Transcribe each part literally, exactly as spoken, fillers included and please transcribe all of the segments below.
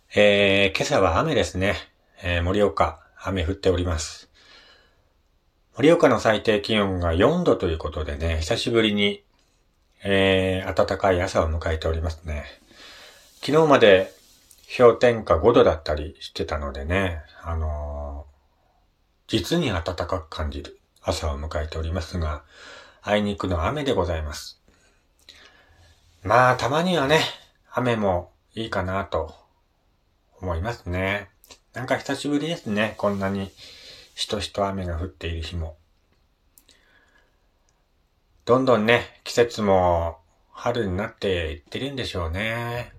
えー、今朝は雨ですね。えー、盛岡、雨降っております。盛岡の最低気温がよんどということでね、久しぶりに、えー、暖かい朝を迎えておりますね。昨日まで氷点下ごどだったりしてたのでね、あのー、実に暖かく感じる朝を迎えておりますが、あいにくの雨でございます。まあ、たまにはね、雨もいいかなと思いますね。なんか久しぶりですね。こんなにしとしと雨が降っている日も。どんどんね、季節も春になっていってるんでしょうね。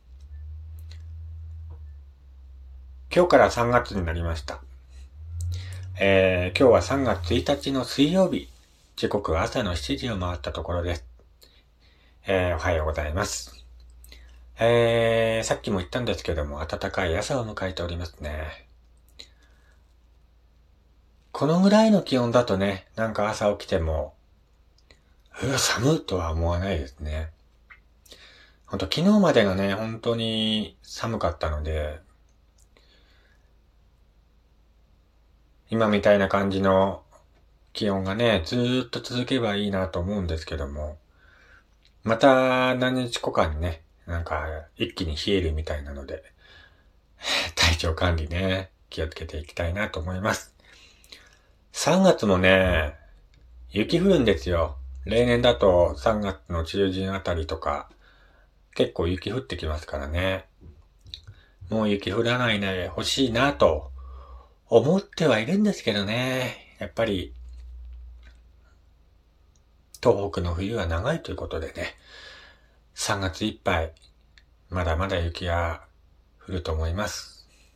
今日からさんがつになりました。えー、今日はさんがつついたちの水曜日。時刻は朝のしちじを回ったところです。えー、おはようございます。えー、さっきも言ったんですけども、暖かい朝を迎えておりますね。このぐらいの気温だとね、なんか朝起きても、うわ、寒いとは思わないですね。ほんと、昨日までがね、本当に寒かったので、今みたいな感じの気温がね、ずーっと続けばいいなと思うんですけども、また何日後かにね、なんか一気に冷えるみたいなので、体調管理ね、気をつけていきたいなと思います。さんがつもね、雪降るんですよ。例年だとさんがつの中旬あたりとか、結構雪降ってきますからね。もう雪降らないね、欲しいなと思ってはいるんですけどね。やっぱり、東北の冬は長いということでね、さんがついっぱい、まだまだ雪が降ると思います。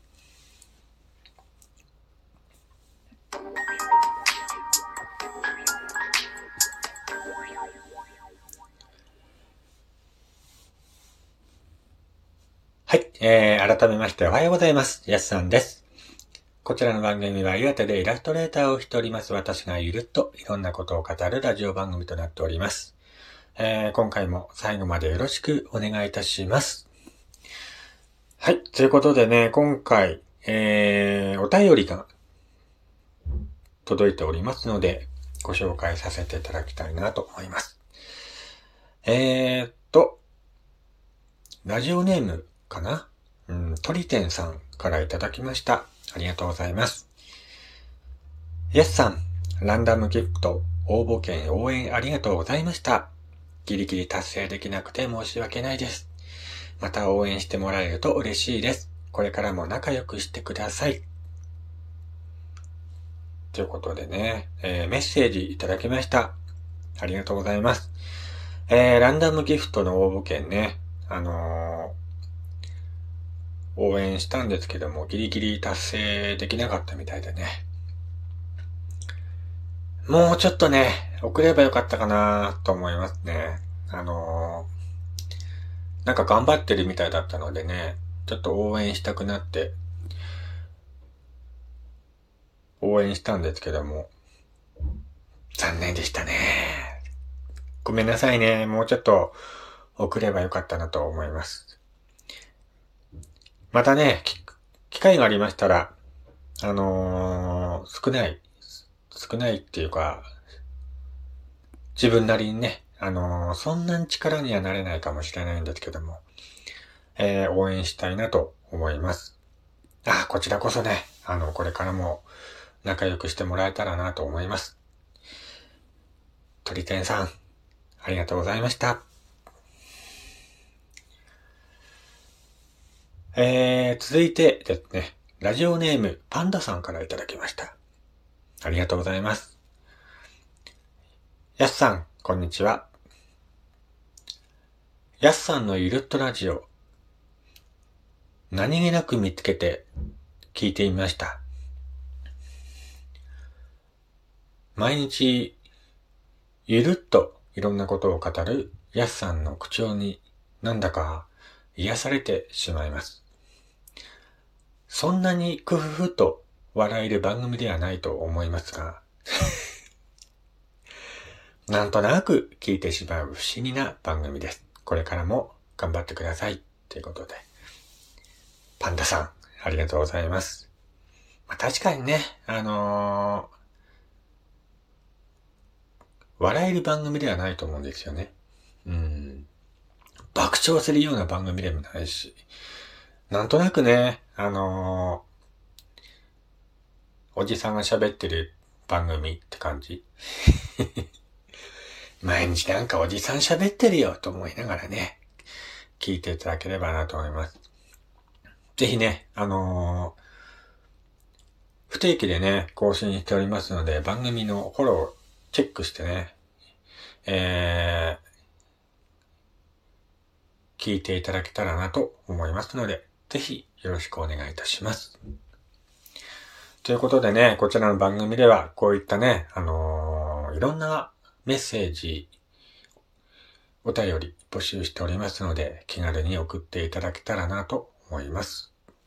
はい、えー、改めましておはようございます。やすさんです。こちらの番組は岩手でイラストレーターをしております私がゆるっといろんなことを語るラジオ番組となっております。えー、今回も最後までよろしくお願いいたします。はい、ということでね、今回、えー、お便りが届いておりますので、ご紹介させていただきたいなと思います。えーっと、ラジオネームかなうん、とりてんさんからいただきました。ありがとうございます。やすさん、ランダムギフト、応募券応援ありがとうございました。ギリギリ達成できなくて申し訳ないです。また応援してもらえると嬉しいです。これからも仲良くしてください。ということでね、えー、メッセージいただきました。ありがとうございます。えー、ランダムギフトの応募券ね、あのー、応援したんですけども、ギリギリ達成できなかったみたいでね。もうちょっとね、送ればよかったかなと思いますね。あのー、なんか頑張ってるみたいだったのでね、ちょっと応援したくなって、応援したんですけども、残念でしたね。ごめんなさいね。もうちょっと送ればよかったなと思います。またね、機会がありましたら、あのー、少ない、少ないっていうか、自分なりにね、あのー、そんなに力にはなれないかもしれないんですけども、えー、応援したいなと思います。あ、こちらこそね、あの、これからも仲良くしてもらえたらなと思います。とりてんさん、ありがとうございました。えー、続いてですね、ラジオネームパンダさんからいただきました。ありがとうございます。やすさん、こんにちは。やすさんのゆるっとラジオ、何気なく見つけて聞いてみました。毎日、ゆるっといろんなことを語るやすさんの口調になんだか癒されてしまいます。そんなにクフフと笑える番組ではないと思いますが、なんとなく聞いてしまう不思議な番組です。これからも頑張ってください。ということで。 パンダさん、ありがとうございます。まあ、確かにね、あのー、笑える番組ではないと思うんですよね。うん。爆笑するような番組でもないし、なんとなくね、あのー、おじさんが喋ってる番組って感じ。毎日なんかおじさん喋ってるよと思いながらね、聞いていただければなと思います。ぜひね、あのー、不定期でね、更新しておりますので、番組のフォローチェックしてね、えー、聞いていただけたらなと思いますので、ぜひよろしくお願いいたします。ということでね、こちらの番組では、こういったね、あのー、いろんなメッセージ、お便り募集しておりますので、気軽に送っていただけたらなと思います。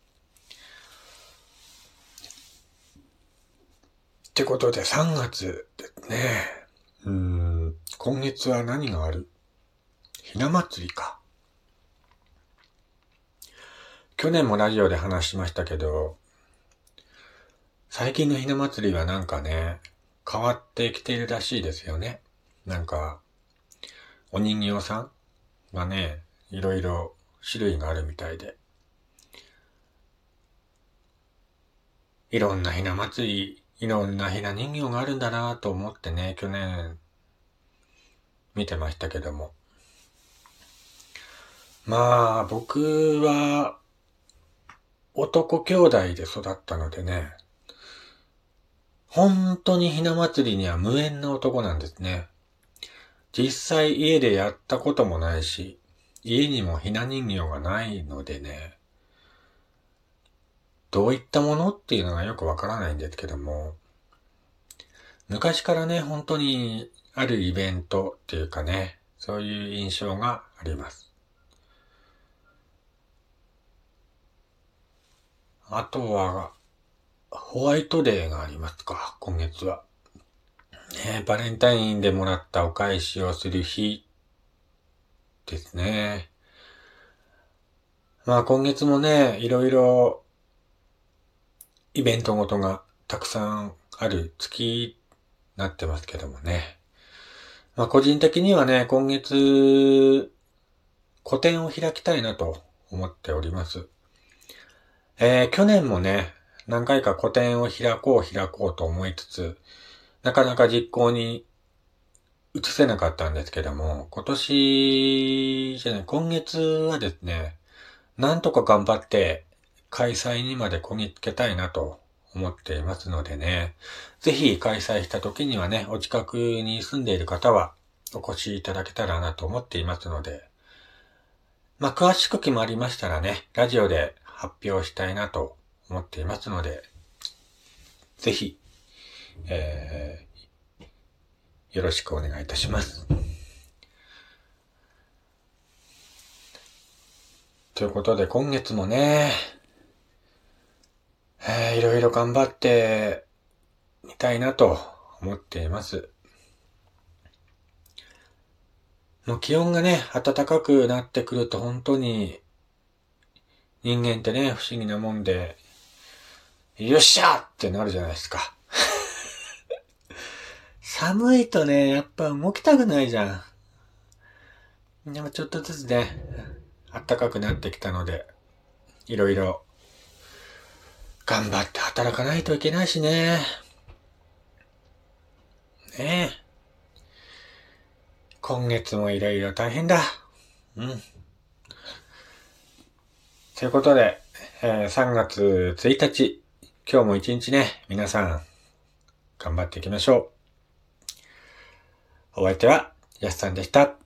ってことでさんがつですね。うーん、今月は何がある？ひな祭りか。去年もラジオで話しましたけど、最近のひな祭りはなんかね、変わってきているらしいですよね。なんか、お人形さんがね、いろいろ種類があるみたいで。いろんなひな祭り、いろんなひな人形があるんだなぁと思ってね、去年見てましたけども。まあ、僕は男兄弟で育ったのでね、本当にひな祭りには無縁な男なんですね。実際家でやったこともないし、家にもひな人形がないのでね、どういったものっていうのがよくわからないんですけども、昔からね、本当にあるイベントっていうかね、そういう印象があります。あとは、ホワイトデーがありますか、今月は。ね、バレンタインでもらったお返しをする日ですね。まあ今月もね、いろいろイベントごとがたくさんある月になってますけどもね。まあ個人的にはね、今月個展を開きたいなと思っております。えー、去年もね、何回か個展を開こう開こうと思いつつ、なかなか実行に移せなかったんですけども、今年じゃない、今月はですね、なんとか頑張って開催にまでこぎつけたいなと思っていますのでね、ぜひ開催した時にはね、お近くに住んでいる方はお越しいただけたらなと思っていますので、まあ、詳しく決まりましたらね、ラジオで発表したいなと思っていますので、ぜひ、えー、よろしくお願いいたします。ということで、今月もね、えー、いろいろ頑張ってみたいなと思っています。もう気温がね、暖かくなってくると本当に人間ってね、不思議なもんで、よっしゃってなるじゃないですか。寒いとね、やっぱ動きたくないじゃん。でもちょっとずつね、暖かくなってきたので、いろいろ頑張って働かないといけないしね。ねえ。今月もいろいろ大変だ。うん。ということで、えー、さんがつついたち、今日も一日ね、皆さん、頑張っていきましょう。お相手は、やすさんでした。